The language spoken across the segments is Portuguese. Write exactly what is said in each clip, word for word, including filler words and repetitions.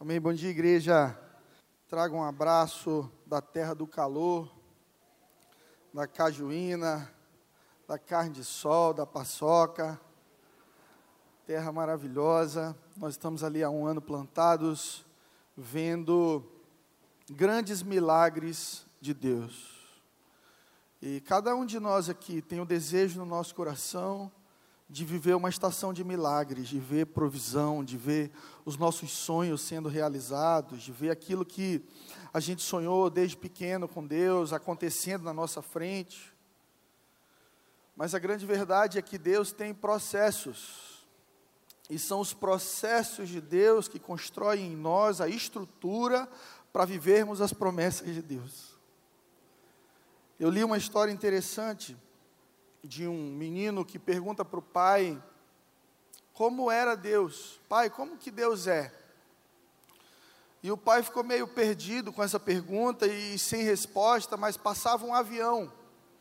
Amém, bom dia, igreja. Trago um abraço da terra do calor, da cajuína, da carne de sol, da paçoca. Terra maravilhosa. Nós estamos ali há um ano plantados, vendo grandes milagres de Deus. E cada um de nós aqui tem o desejo no nosso coração de viver uma estação de milagres, de ver provisão, de ver os nossos sonhos sendo realizados, de ver aquilo que a gente sonhou desde pequeno com Deus acontecendo na nossa frente. Mas a grande verdade é que Deus tem processos, e são os processos de Deus que constroem em nós a estrutura para vivermos as promessas de Deus. Eu li uma história interessante de um menino que pergunta para o pai como era Deus. Pai, como que Deus é? E o pai ficou meio perdido com essa pergunta e sem resposta, mas passava um avião.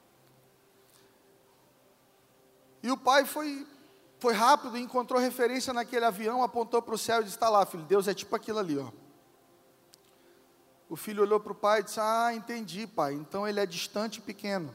E o pai foi, foi rápido, encontrou referência naquele avião, apontou para o céu e disse: está lá, filho, Deus é tipo aquilo ali, ó. O filho olhou para o pai e disse: ah, entendi, pai, então ele é distante e pequeno.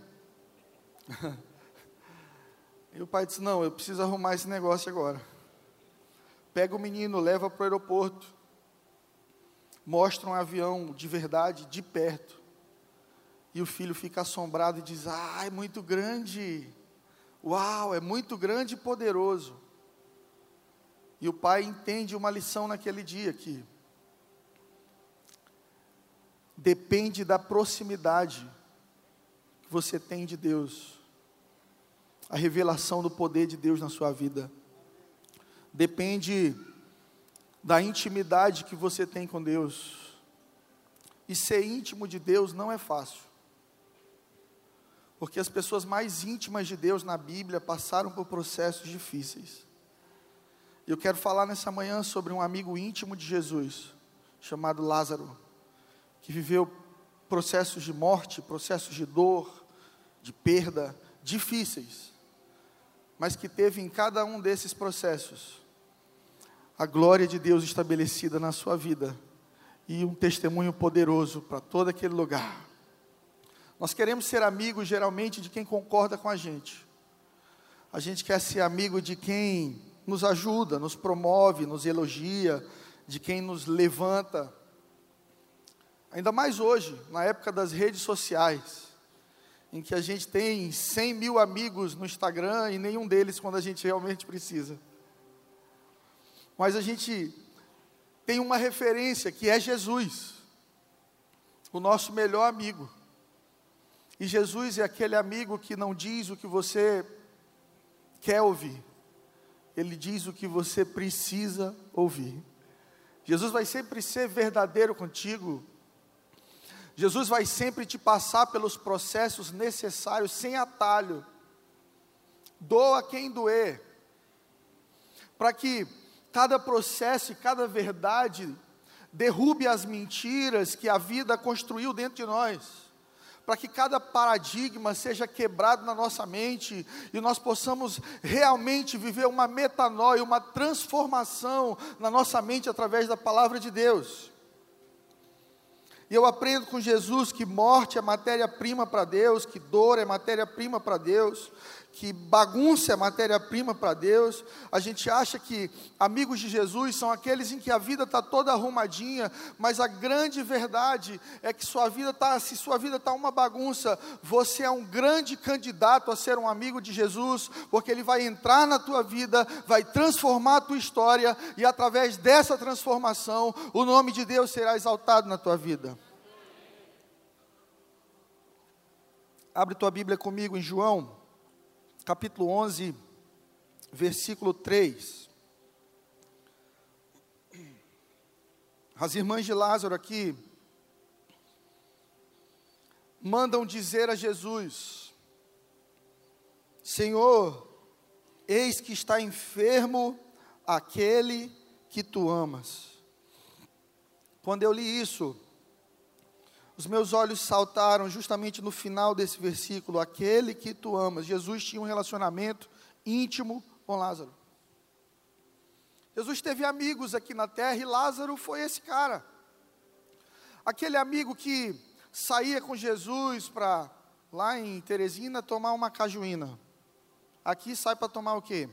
E o pai disse: não, eu preciso arrumar esse negócio agora. Pega o menino, leva para o aeroporto, mostra um avião de verdade, de perto, e o filho fica assombrado e diz: ah, é muito grande, uau, é muito grande e poderoso. E o pai entende uma lição naquele dia, que depende da proximidade que você tem de Deus. A revelação do poder de Deus na sua vida depende da intimidade que você tem com Deus. E ser íntimo de Deus não é fácil, porque as pessoas mais íntimas de Deus na Bíblia passaram por processos difíceis. Eu quero falar nessa manhã sobre um amigo íntimo de Jesus, chamado Lázaro, que viveu processos de morte, processos de dor, de perda, difíceis, mas que teve em cada um desses processos a glória de Deus estabelecida na sua vida, e um testemunho poderoso para todo aquele lugar. Nós queremos ser amigos geralmente de quem concorda com a gente. A gente quer ser amigo de quem nos ajuda, nos promove, nos elogia, de quem nos levanta. Ainda mais hoje, na época das redes sociais, em que a gente tem cem mil amigos no Instagram e nenhum deles quando a gente realmente precisa. Mas a gente tem uma referência que é Jesus, o nosso melhor amigo. E Jesus é aquele amigo que não diz o que você quer ouvir, ele diz o que você precisa ouvir. Jesus vai sempre ser verdadeiro contigo. Jesus vai sempre te passar pelos processos necessários, sem atalho. Doa quem doer, para que cada processo e cada verdade derrube as mentiras que a vida construiu dentro de nós, para que cada paradigma seja quebrado na nossa mente, e nós possamos realmente viver uma metanoia, uma transformação na nossa mente, através da palavra de Deus. E eu aprendo com Jesus que morte é matéria-prima para Deus, que dor é matéria-prima para Deus, que bagunça é matéria-prima para Deus. A gente acha que amigos de Jesus são aqueles em que a vida está toda arrumadinha, mas a grande verdade é que sua vida tá, se sua vida está uma bagunça, você é um grande candidato a ser um amigo de Jesus, porque Ele vai entrar na tua vida, vai transformar a tua história, e através dessa transformação, o nome de Deus será exaltado na tua vida. Abre tua Bíblia comigo em João, capítulo onze, versículo três. As irmãs de Lázaro aqui mandam dizer a Jesus: Senhor, eis que está enfermo aquele que tu amas. Quando eu li isso, os meus olhos saltaram justamente no final desse versículo: aquele que tu amas. Jesus tinha um relacionamento íntimo com Lázaro. Jesus teve amigos aqui na terra e Lázaro foi esse cara. Aquele amigo que saía com Jesus para, lá em Teresina, tomar uma cajuína. Aqui sai para tomar o quê?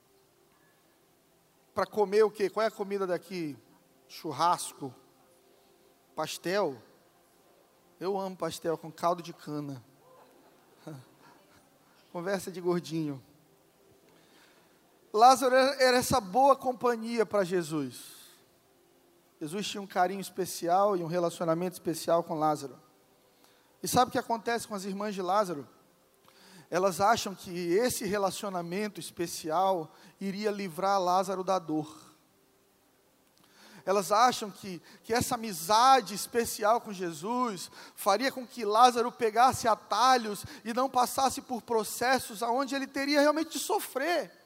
Para comer o quê? Qual é a comida daqui? Churrasco, pastel. Eu amo pastel com caldo de cana. Conversa de gordinho. Lázaro era essa boa companhia para Jesus. Jesus tinha um carinho especial e um relacionamento especial com Lázaro. E sabe o que acontece com as irmãs de Lázaro? Elas acham que esse relacionamento especial iria livrar Lázaro da dor. Elas acham que, que essa amizade especial com Jesus faria com que Lázaro pegasse atalhos e não passasse por processos onde ele teria realmente de sofrer.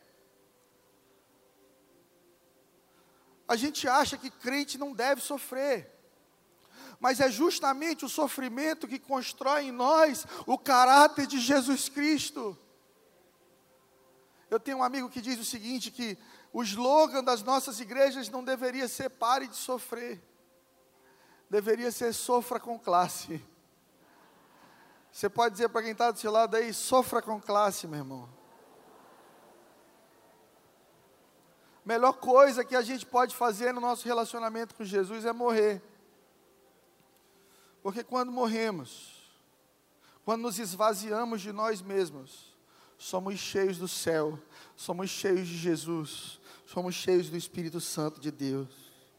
A gente acha que crente não deve sofrer, mas é justamente o sofrimento que constrói em nós o caráter de Jesus Cristo. Eu tenho um amigo que diz o seguinte, que o slogan das nossas igrejas não deveria ser pare de sofrer, deveria ser sofra com classe. Você pode dizer para quem está do seu lado aí, sofra com classe, meu irmão. Melhor coisa que a gente pode fazer no nosso relacionamento com Jesus é morrer. Porque quando morremos, quando nos esvaziamos de nós mesmos, somos cheios do céu, somos cheios de Jesus, somos cheios do Espírito Santo de Deus.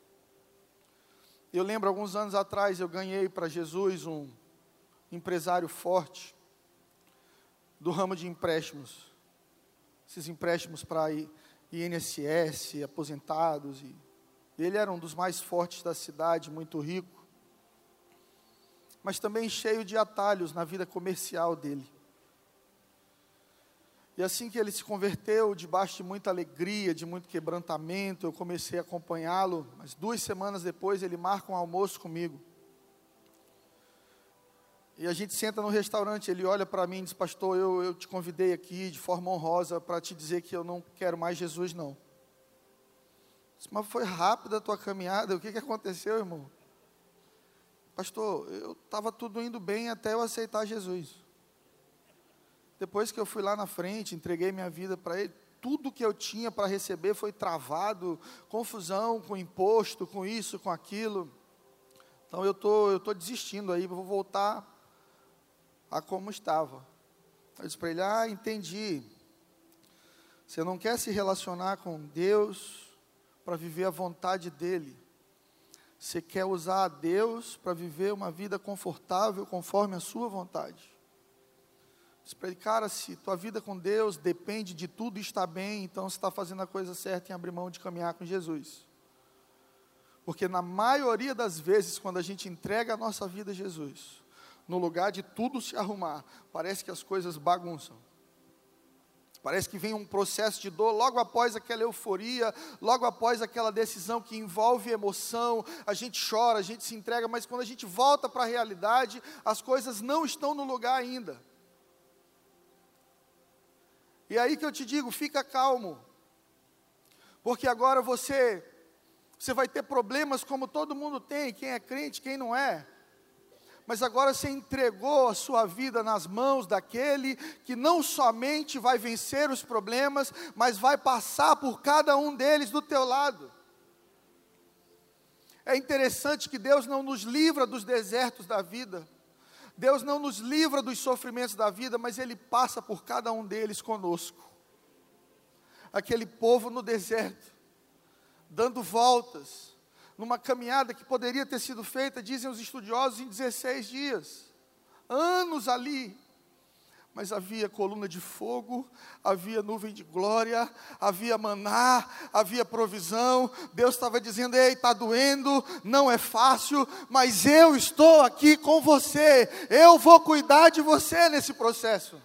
Eu lembro, alguns anos atrás, eu ganhei para Jesus um empresário forte, do ramo de empréstimos, esses empréstimos para ir I N S S, aposentados, e ele era um dos mais fortes da cidade, muito rico, mas também cheio de atalhos na vida comercial dele. E assim que ele se converteu, debaixo de muita alegria, de muito quebrantamento, eu comecei a acompanhá-lo, mas duas semanas depois ele marca um almoço comigo. E a gente senta no restaurante, ele olha para mim e diz, pastor, eu, eu te convidei aqui de forma honrosa para te dizer que eu não quero mais Jesus, não. Disse, mas foi rápida a tua caminhada, o que, que aconteceu, irmão? Pastor, eu estava tudo indo bem até eu aceitar Jesus. Depois que eu fui lá na frente, entreguei minha vida para Ele, tudo que eu tinha para receber foi travado, confusão com imposto, com isso, com aquilo. Então eu tô, eu tô desistindo aí, vou voltar a como estava. Eu disse para ele, ah, entendi. Você não quer se relacionar com Deus para viver a vontade dEle. Você quer usar a Deus para viver uma vida confortável conforme a sua vontade. Eu disse para ele, cara, se tua vida com Deus depende de tudo estar bem, então você está fazendo a coisa certa em abrir mão de caminhar com Jesus. Porque na maioria das vezes, quando a gente entrega a nossa vida a Jesus, no lugar de tudo se arrumar, parece que as coisas bagunçam. Parece que vem um processo de dor logo após aquela euforia, logo após aquela decisão que envolve emoção, a gente chora, a gente se entrega, mas quando a gente volta para a realidade, as coisas não estão no lugar ainda. E aí que eu te digo, fica calmo, porque agora você... Você vai ter problemas como todo mundo tem, quem é crente, quem não é. Mas agora você entregou a sua vida nas mãos daquele que não somente vai vencer os problemas, mas vai passar por cada um deles do teu lado. É interessante que Deus não nos livra dos desertos da vida. Deus não nos livra dos sofrimentos da vida, mas Ele passa por cada um deles conosco. Aquele povo no deserto, dando voltas, numa caminhada que poderia ter sido feita, dizem os estudiosos, em dezesseis dias, anos ali, mas havia coluna de fogo, havia nuvem de glória, havia maná, havia provisão. Deus estava dizendo, ei, está doendo, não é fácil, mas eu estou aqui com você, eu vou cuidar de você nesse processo.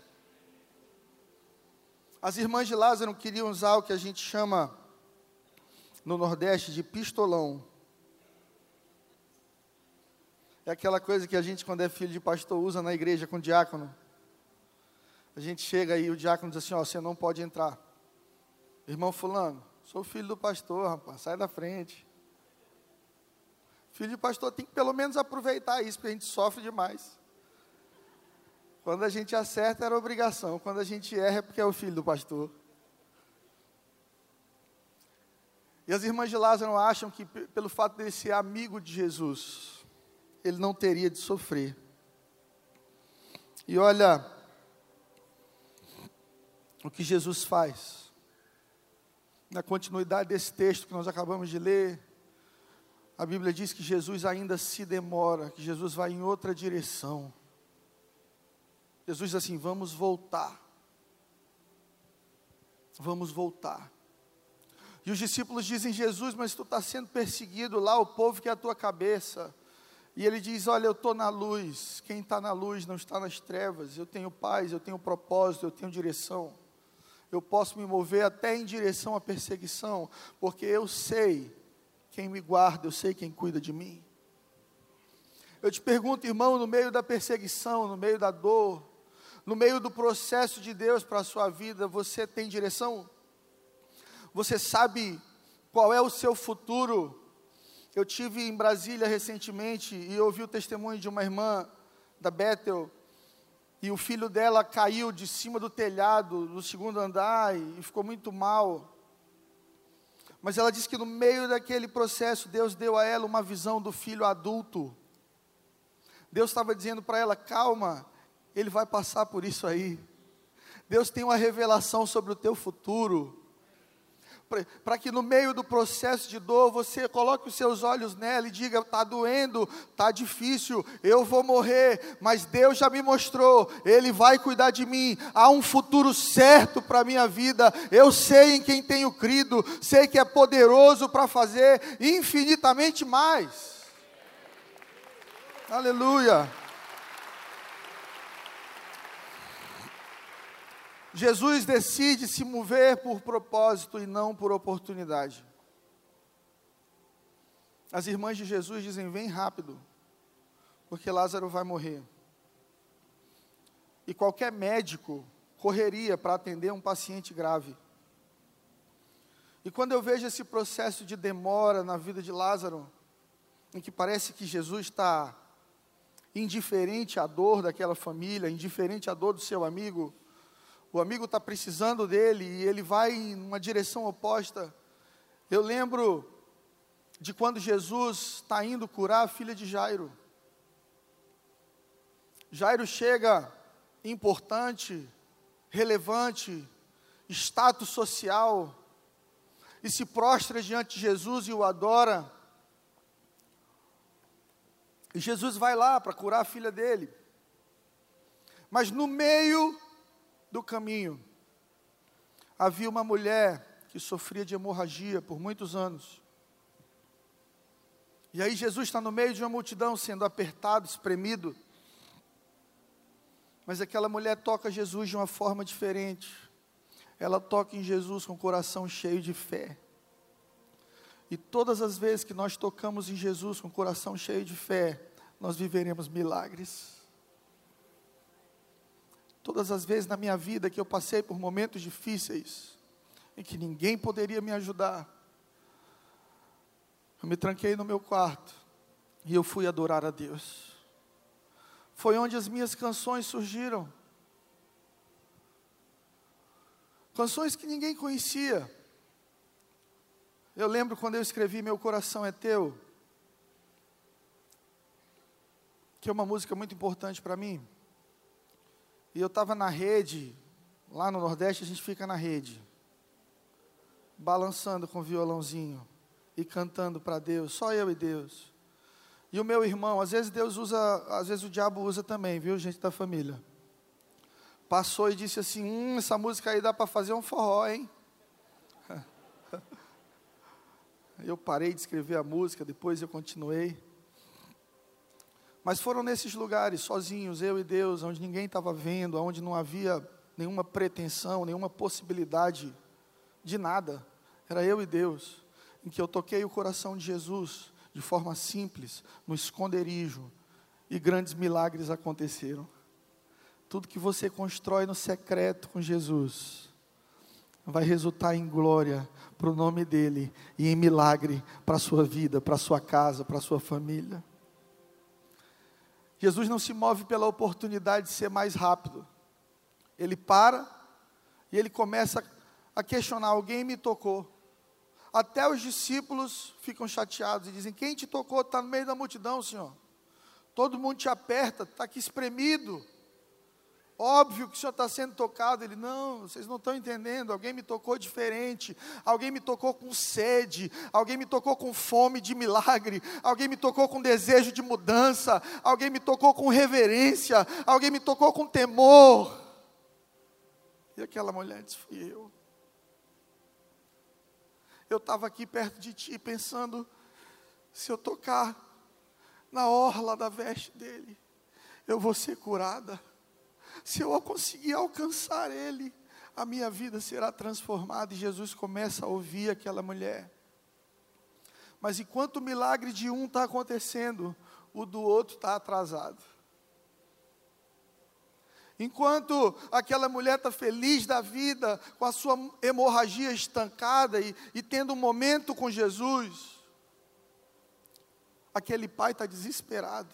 As irmãs de Lázaro queriam usar o que a gente chama no Nordeste de pistolão. É aquela coisa que a gente, quando é filho de pastor, usa na igreja com o diácono. A gente chega aí, o diácono diz assim, ó, você não pode entrar. Irmão fulano, Sou filho do pastor, rapaz, sai da frente. Filho de pastor tem que pelo menos aproveitar isso, porque a gente sofre demais. Quando a gente acerta era obrigação, quando a gente erra é porque é o filho do pastor. E as irmãs de Lázaro acham que pelo fato de ele ser amigo de Jesus, ele não teria de sofrer. E olha o que Jesus faz. Na continuidade desse texto que nós acabamos de ler, a Bíblia diz que Jesus ainda se demora, que Jesus vai em outra direção. Jesus diz assim, vamos voltar. Vamos voltar. E os discípulos dizem, Jesus, mas tu está sendo perseguido lá, o povo que é a tua cabeça. E ele diz, olha, eu estou na luz, quem está na luz não está nas trevas, eu tenho paz, eu tenho propósito, eu tenho direção. Eu posso me mover até em direção à perseguição, porque eu sei quem me guarda, eu sei quem cuida de mim. Eu te pergunto, irmão, no meio da perseguição, no meio da dor, no meio do processo de Deus para a sua vida, você tem direção? Você sabe qual é o seu futuro? Eu tive em Brasília recentemente e ouvi o testemunho de uma irmã da Bethel, e o filho dela caiu de cima do telhado, do segundo andar, e ficou muito mal. Mas ela disse que no meio daquele processo, Deus deu a ela uma visão do filho adulto. Deus estava dizendo para ela, calma, ele vai passar por isso aí. Deus tem uma revelação sobre o teu futuro. Para que no meio do processo de dor, você coloque os seus olhos nela e diga, está doendo, está difícil, eu vou morrer, mas Deus já me mostrou, Ele vai cuidar de mim, há um futuro certo para a minha vida, eu sei em quem tenho crido, sei que é poderoso para fazer infinitamente mais. Aleluia. Jesus decide se mover por propósito e não por oportunidade. As irmãs de Jesus dizem, vem rápido, porque Lázaro vai morrer. E qualquer médico correria para atender um paciente grave. E quando eu vejo esse processo de demora na vida de Lázaro, em que parece que Jesus está indiferente à dor daquela família, indiferente à dor do seu amigo, o amigo está precisando dele e ele vai em uma direção oposta. Eu lembro de quando Jesus está indo curar a filha de Jairo. Jairo chega importante, relevante, status social, e se prostra diante de Jesus e o adora. E Jesus vai lá para curar a filha dele. Mas no meio do caminho, havia uma mulher que sofria de hemorragia por muitos anos. E aí Jesus está no meio de uma multidão, sendo apertado, espremido. Mas aquela mulher toca Jesus de uma forma diferente. Ela toca em Jesus com o coração cheio de fé. E todas as vezes que nós tocamos em Jesus com o coração cheio de fé, nós viveremos milagres. Todas as vezes na minha vida que eu passei por momentos difíceis, em que ninguém poderia me ajudar, eu me tranquei no meu quarto, e eu fui adorar a Deus. Foi onde as minhas canções surgiram. Canções que ninguém conhecia. Eu lembro quando eu escrevi Meu Coração é Teu, que é uma música muito importante para mim. E eu estava na rede, lá no Nordeste a gente fica na rede, balançando com o violãozinho e cantando para Deus, só eu e Deus. E o meu irmão, às vezes Deus usa, às vezes o diabo usa também, viu, gente da família. Passou e disse assim, hum, essa música aí dá para fazer um forró, hein? Eu parei de escrever a música, depois eu continuei. Mas foram nesses lugares, sozinhos, eu e Deus, onde ninguém estava vendo, onde não havia nenhuma pretensão, nenhuma possibilidade de nada. Era eu e Deus, em que eu toquei o coração de Jesus, de forma simples, no esconderijo, e grandes milagres aconteceram. Tudo que você constrói no secreto com Jesus, vai resultar em glória para o nome dEle e em milagre para a sua vida, para a sua casa, para a sua família. Jesus não se move pela oportunidade de ser mais rápido. Ele para e ele começa a questionar: alguém me tocou. Até os discípulos ficam chateados e dizem: quem te tocou? Está no meio da multidão, Senhor. Todo mundo te aperta, está aqui espremido. Óbvio que o Senhor está sendo tocado. Ele: não, vocês não estão entendendo. Alguém me tocou diferente. Alguém me tocou com sede. Alguém me tocou com fome de milagre. Alguém me tocou com desejo de mudança. Alguém me tocou com reverência. Alguém me tocou com temor. E aquela mulher disse: fui eu. Eu estava aqui perto de ti pensando, se eu tocar na orla da veste dele, eu vou ser curada. Se eu conseguir alcançar ele, a minha vida será transformada. E Jesus começa a ouvir aquela mulher. Mas enquanto o milagre de um está acontecendo, o do outro está atrasado. Enquanto aquela mulher está feliz da vida, com a sua hemorragia estancada e, e tendo um momento com Jesus, aquele pai está desesperado.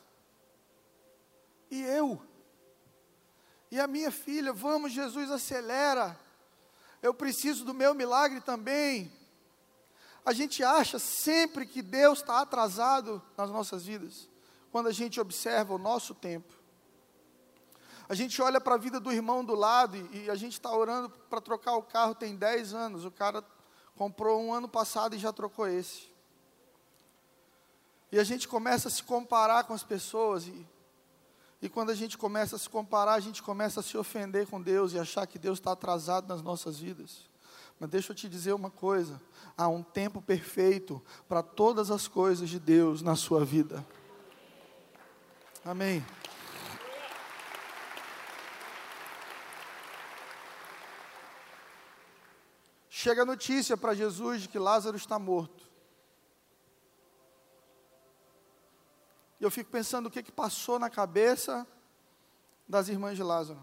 E eu? E a minha filha? Vamos, Jesus, acelera. Eu preciso do meu milagre também. A gente acha sempre que Deus está atrasado nas nossas vidas, quando a gente observa o nosso tempo. A gente olha para a vida do irmão do lado e, e a gente está orando para trocar o carro, tem dez anos. O cara comprou um ano passado e já trocou esse. E a gente começa a se comparar com as pessoas. E, e quando a gente começa a se comparar, a gente começa a se ofender com Deus e achar que Deus está atrasado nas nossas vidas. Mas deixa eu te dizer uma coisa: há um tempo perfeito para todas as coisas de Deus na sua vida. Amém. Chega a notícia para Jesus de que Lázaro está morto. E eu fico pensando o que, que passou na cabeça das irmãs de Lázaro.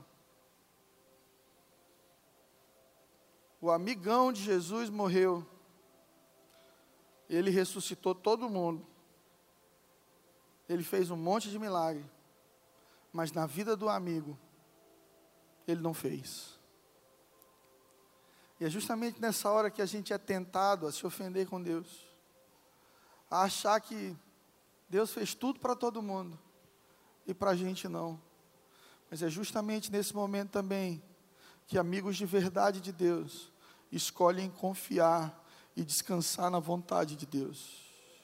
O amigão de Jesus morreu. Ele ressuscitou todo mundo. Ele fez um monte de milagre. Mas na vida do amigo, ele não fez. E é justamente nessa hora que a gente é tentado a se ofender com Deus. A achar que Deus fez tudo para todo mundo. E para a gente não. Mas é justamente nesse momento também que amigos de verdade de Deus escolhem confiar e descansar na vontade de Deus.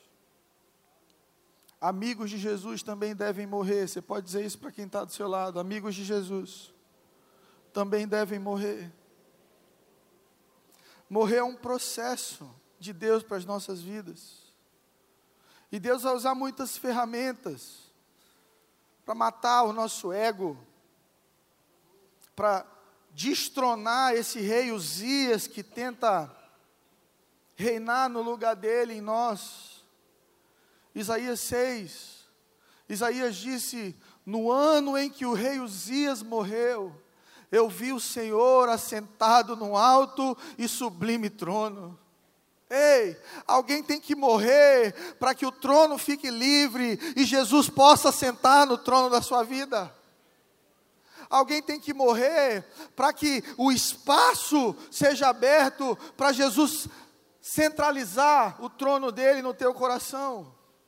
Amigos de Jesus também devem morrer. Você pode dizer isso para quem está do seu lado. Amigos de Jesus também devem morrer. Morrer é um processo de Deus para as nossas vidas. E Deus vai usar muitas ferramentas para matar o nosso ego, para destronar esse rei Uzias que tenta reinar no lugar dele em nós. Isaías seis, Isaías disse: no ano em que o rei Uzias morreu, eu vi o Senhor assentado num alto e sublime trono. Ei, alguém tem que morrer para que o trono fique livre e Jesus possa sentar no trono da sua vida. Alguém tem que morrer para que o espaço seja aberto para Jesus centralizar o trono dele no teu coração.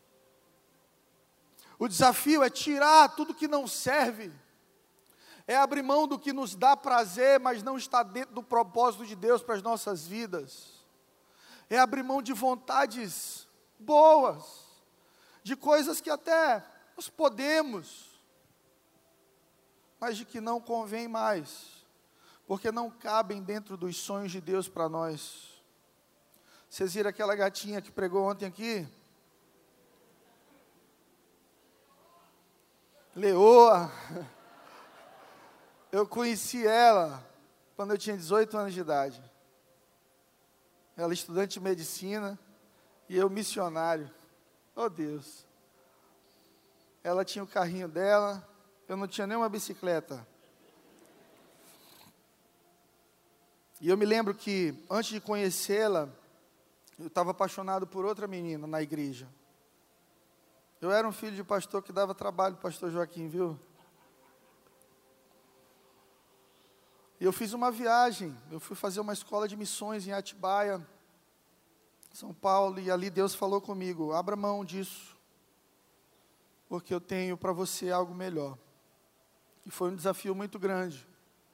O desafio é tirar tudo que não serve. É abrir mão do que nos dá prazer, mas não está dentro do propósito de Deus para as nossas vidas. É abrir mão de vontades boas, de coisas que até nós podemos, mas de que não convém mais, porque não cabem dentro dos sonhos de Deus para nós. Vocês viram aquela gatinha que pregou ontem aqui? Leoa. Eu conheci ela quando eu tinha dezoito anos de idade. Ela é estudante de medicina e eu missionário. Oh Deus. Ela tinha o carrinho dela, eu não tinha nenhuma bicicleta. E eu me lembro que, antes de conhecê-la, eu estava apaixonado por outra menina na igreja. Eu era um filho de pastor que dava trabalho, pastor Joaquim, viu? E eu fiz uma viagem, eu fui fazer uma escola de missões em Atibaia, São Paulo, e ali Deus falou comigo: abra mão disso, porque eu tenho para você algo melhor. E foi um desafio muito grande.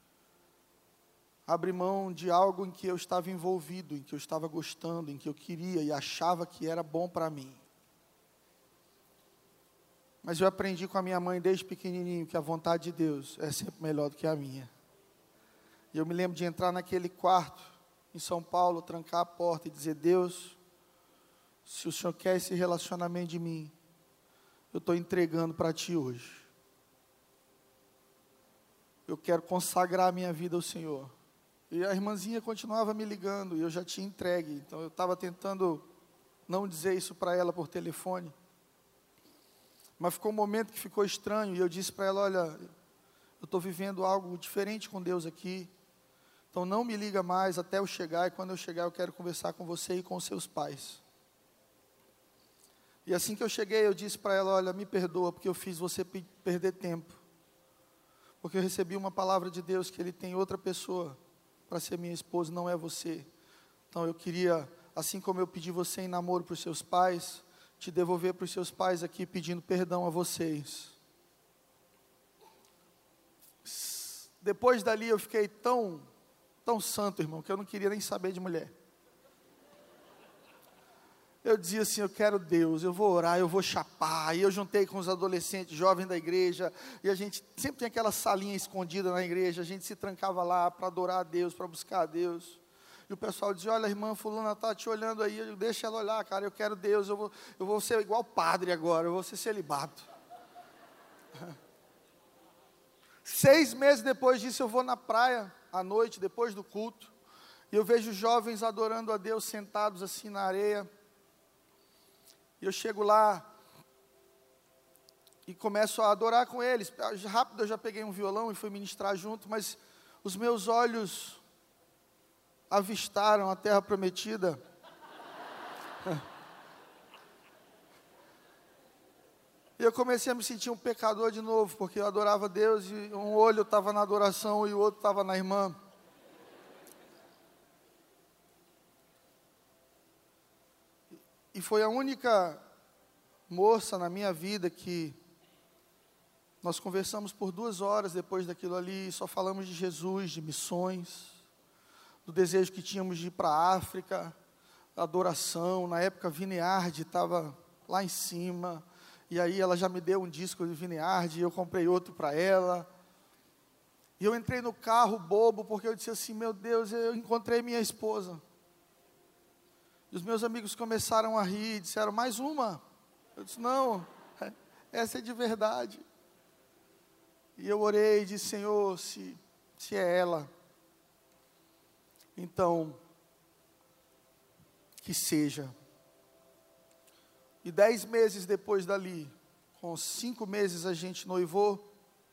Abrir mão de algo em que eu estava envolvido, em que eu estava gostando, em que eu queria e achava que era bom para mim. Mas eu aprendi com a minha mãe desde pequenininho que a vontade de Deus é sempre melhor do que a minha. E eu me lembro de entrar naquele quarto em São Paulo, trancar a porta e dizer: Deus, se o Senhor quer esse relacionamento de mim, eu estou entregando para Ti hoje. Eu quero consagrar a minha vida ao Senhor. E a irmãzinha continuava me ligando, e eu já tinha entregue. Então eu estava tentando não dizer isso para ela por telefone. Mas ficou um momento que ficou estranho, e eu disse para ela: olha, eu estou vivendo algo diferente com Deus aqui. Então não me liga mais até eu chegar, e quando eu chegar eu quero conversar com você e com os seus pais. E assim que eu cheguei, eu disse para ela: olha, me perdoa porque eu fiz você pe- perder tempo. Porque eu recebi uma palavra de Deus que Ele tem outra pessoa para ser minha esposa, não é você. Então eu queria, assim como eu pedi você em namoro para os seus pais, te devolver para os seus pais aqui pedindo perdão a vocês. Depois dali eu fiquei tão, tão santo, irmão, que eu não queria nem saber de mulher. Eu dizia assim: eu quero Deus, eu vou orar, eu vou chapar. E eu juntei com os adolescentes jovens da igreja, e a gente sempre tem aquela salinha escondida na igreja, a gente se trancava lá para adorar a Deus, para buscar a Deus. E o pessoal dizia: olha, a irmã fulana está te olhando aí. Eu digo: deixa ela olhar, cara, eu quero Deus, eu vou, eu vou ser igual padre agora, eu vou ser celibato. Seis meses depois disso, eu vou na praia, à noite, depois do culto, e eu vejo jovens adorando a Deus, sentados assim na areia. E eu chego lá e começo a adorar com eles. Rápido eu já peguei um violão e fui ministrar junto, mas os meus olhos avistaram a terra prometida. E eu comecei a me sentir um pecador de novo, porque eu adorava Deus e um olho estava na adoração e o outro estava na irmã. E foi a única moça na minha vida que nós conversamos por duas horas depois daquilo ali, só falamos de Jesus, de missões, do desejo que tínhamos de ir para a África, adoração. Na época, Vineyard estava lá em cima, e aí ela já me deu um disco de Vineyard, e eu comprei outro para ela. E eu entrei no carro bobo, porque eu disse assim: meu Deus, eu encontrei minha esposa. E os meus amigos começaram a rir, disseram: mais uma? Eu disse: não, essa é de verdade. E eu orei e disse: Senhor, se, se é ela, então, que seja. E dez meses depois dali, com cinco meses a gente noivou,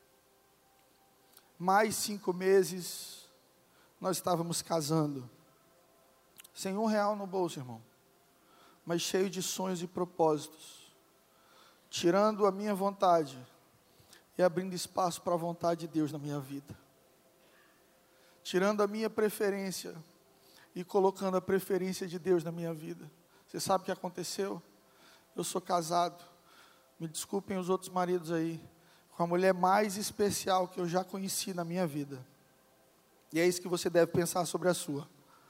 mais cinco meses nós estávamos casando. Sem um real no bolso, irmão, mas cheio de sonhos e propósitos, tirando a minha vontade e abrindo espaço para a vontade de Deus na minha vida, tirando a minha preferência e colocando a preferência de Deus na minha vida. Você sabe o que aconteceu? Eu sou casado, me desculpem os outros maridos aí, com a mulher mais especial que eu já conheci na minha vida, e é isso que você deve pensar sobre a sua.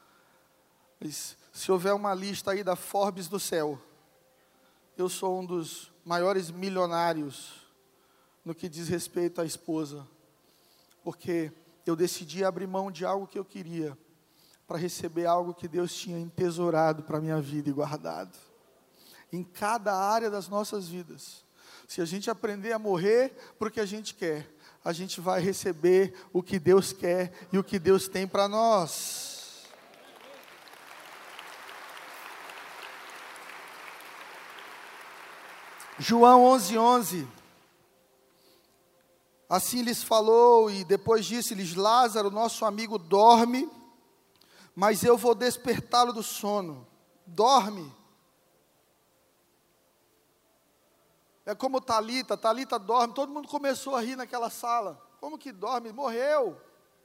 Se houver uma lista aí da Forbes do céu, eu sou um dos maiores milionários no que diz respeito à esposa, porque eu decidi abrir mão de algo que eu queria, para receber algo que Deus tinha entesourado para a minha vida e guardado, em cada área das nossas vidas. Se a gente aprender a morrer para o que a gente quer, a gente vai receber o que Deus quer e o que Deus tem para nós. João onze, onze, assim lhes falou, e depois disse-lhes: Lázaro, nosso amigo, dorme, mas eu vou despertá-lo do sono. Dorme. É como Talita, Talita dorme, todo mundo começou a rir naquela sala. Como que dorme? Morreu.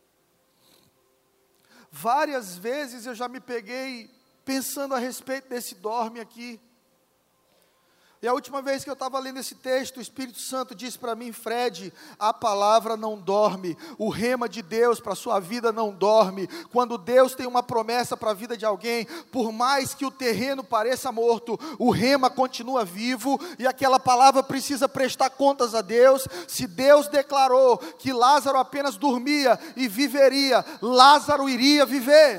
Várias vezes eu já me peguei pensando a respeito desse dorme aqui. E a última vez que eu estava lendo esse texto, o Espírito Santo disse para mim: Fred, a palavra não dorme, o rema de Deus para a sua vida não dorme. Quando Deus tem uma promessa para a vida de alguém, por mais que o terreno pareça morto, o rema continua vivo, e aquela palavra precisa prestar contas a Deus. Se Deus declarou que Lázaro apenas dormia e viveria, Lázaro iria viver.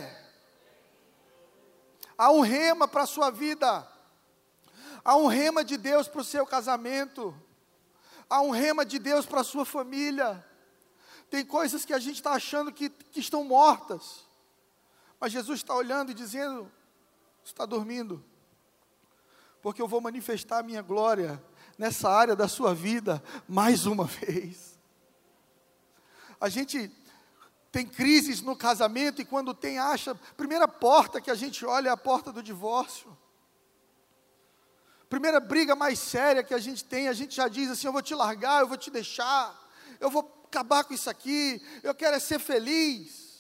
Há um rema para a sua vida. Há um rema de Deus para o seu casamento. Há um rema de Deus para a sua família. Tem coisas que a gente está achando que, que estão mortas. Mas Jesus está olhando e dizendo: você está dormindo. Porque eu vou manifestar a minha glória nessa área da sua vida mais uma vez. A gente tem crises no casamento e quando tem, acha, a primeira porta que a gente olha é a porta do divórcio. Primeira briga mais séria que a gente tem, a gente já diz assim: eu vou te largar, eu vou te deixar, eu vou acabar com isso aqui, eu quero é ser feliz.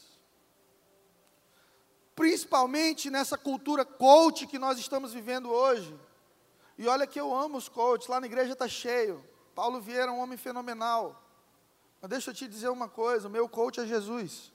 Principalmente nessa cultura coach que nós estamos vivendo hoje. E olha que eu amo os coaches, lá na igreja está cheio. Paulo Vieira é um homem fenomenal. Mas deixa eu te dizer uma coisa, o meu coach é Jesus.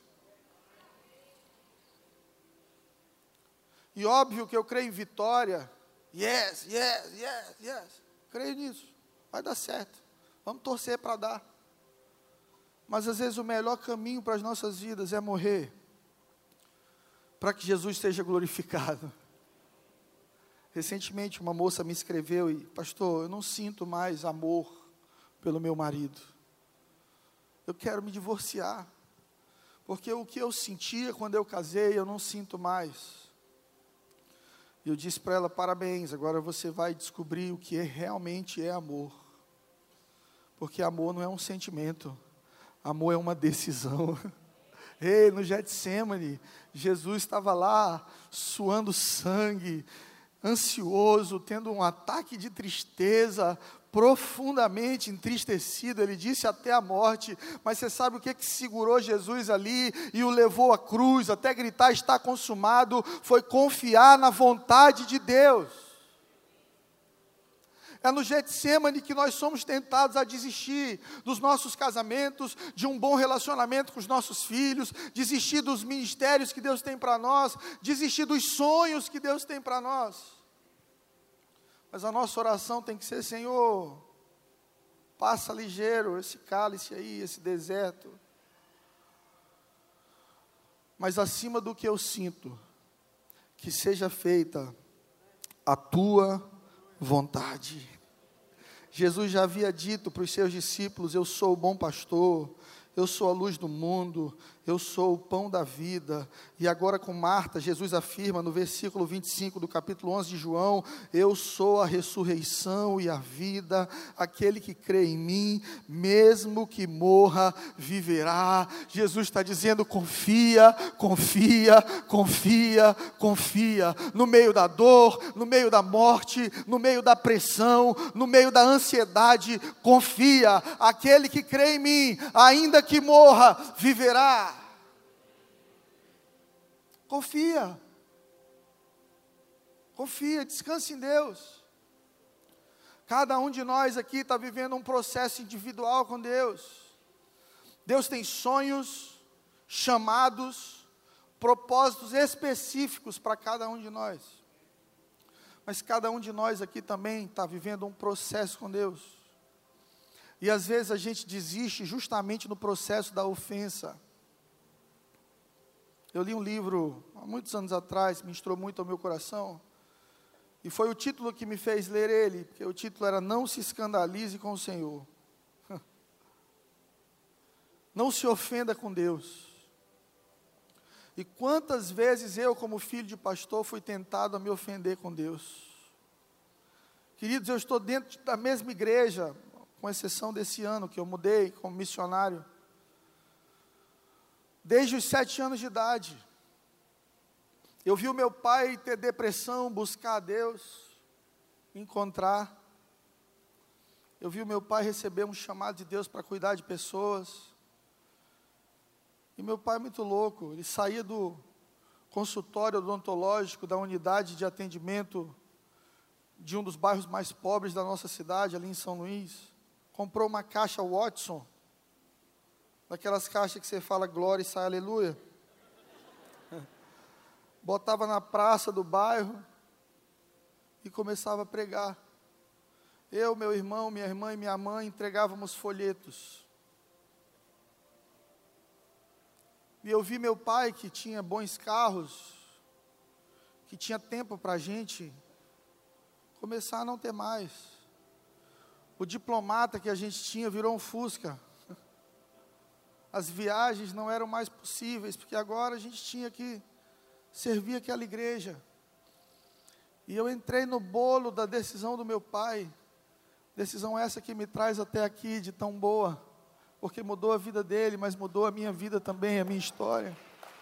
E óbvio que eu creio em vitória. Yes, yes, yes, yes. Creio nisso. Vai dar certo. Vamos torcer para dar. Mas às vezes o melhor caminho para as nossas vidas é morrer, para que Jesus seja glorificado. Recentemente uma moça me escreveu e: pastor, eu não sinto mais amor pelo meu marido. Eu quero me divorciar. Porque o que eu sentia quando eu casei, eu não sinto mais. E eu disse para ela: parabéns, agora você vai descobrir o que é, realmente é amor. Porque amor não é um sentimento, amor é uma decisão. Ei, no Getsemane, Jesus estava lá, suando sangue, ansioso, tendo um ataque de tristeza, profundamente entristecido, ele disse até a morte. Mas você sabe o que que segurou Jesus ali e o levou à cruz, até gritar: está consumado? Foi confiar na vontade de Deus. É no Getsemane que nós somos tentados a desistir dos nossos casamentos, de um bom relacionamento com os nossos filhos, desistir dos ministérios que Deus tem para nós, desistir dos sonhos que Deus tem para nós. Mas a nossa oração tem que ser: Senhor, passa ligeiro esse cálice aí, esse deserto. Mas acima do que eu sinto, que seja feita a tua vontade. Jesus já havia dito para os seus discípulos: eu sou o bom pastor, eu sou a luz do mundo, eu sou o pão da vida. E agora com Marta, Jesus afirma no versículo vinte e cinco do capítulo onze de João: eu sou a ressurreição e a vida, aquele que crê em mim, mesmo que morra, viverá. Jesus está dizendo: confia, confia, confia, confia, no meio da dor, no meio da morte, no meio da pressão, no meio da ansiedade, confia, aquele que crê em mim, ainda que morra, viverá. Confia, confia, descanse em Deus. Cada um de nós aqui está vivendo um processo individual com Deus. Deus tem sonhos, chamados, propósitos específicos para cada um de nós. Mas cada um de nós aqui também está vivendo um processo com Deus. E às vezes a gente desiste justamente no processo da ofensa. Eu li um livro há muitos anos atrás, ministrou muito ao meu coração, e foi o título que me fez ler ele, porque o título era: Não se escandalize com o Senhor. Não se ofenda com Deus. E quantas vezes eu, como filho de pastor, fui tentado a me ofender com Deus. Queridos, eu estou dentro da mesma igreja, com exceção desse ano que eu mudei como missionário, desde os sete anos de idade. Eu vi o meu pai ter depressão, buscar a Deus, encontrar. Eu vi o meu pai receber um chamado de Deus para cuidar de pessoas. E meu pai é muito louco, ele saía do consultório odontológico, da unidade de atendimento de um dos bairros mais pobres da nossa cidade, ali em São Luís, comprou uma caixa Watson, daquelas caixas que você fala glória e sai aleluia, botava na praça do bairro e começava a pregar. Eu, meu irmão, minha irmã e minha mãe entregávamos folhetos. E eu vi meu pai, que tinha bons carros, que tinha tempo para a gente, começar a não ter mais. O diplomata que a gente tinha virou um Fusca. As viagens não eram mais possíveis, porque agora a gente tinha que servir aquela igreja. E eu entrei no bolo da decisão do meu pai, decisão essa que me traz até aqui de tão boa, porque mudou a vida dele, mas mudou a minha vida também, a minha história.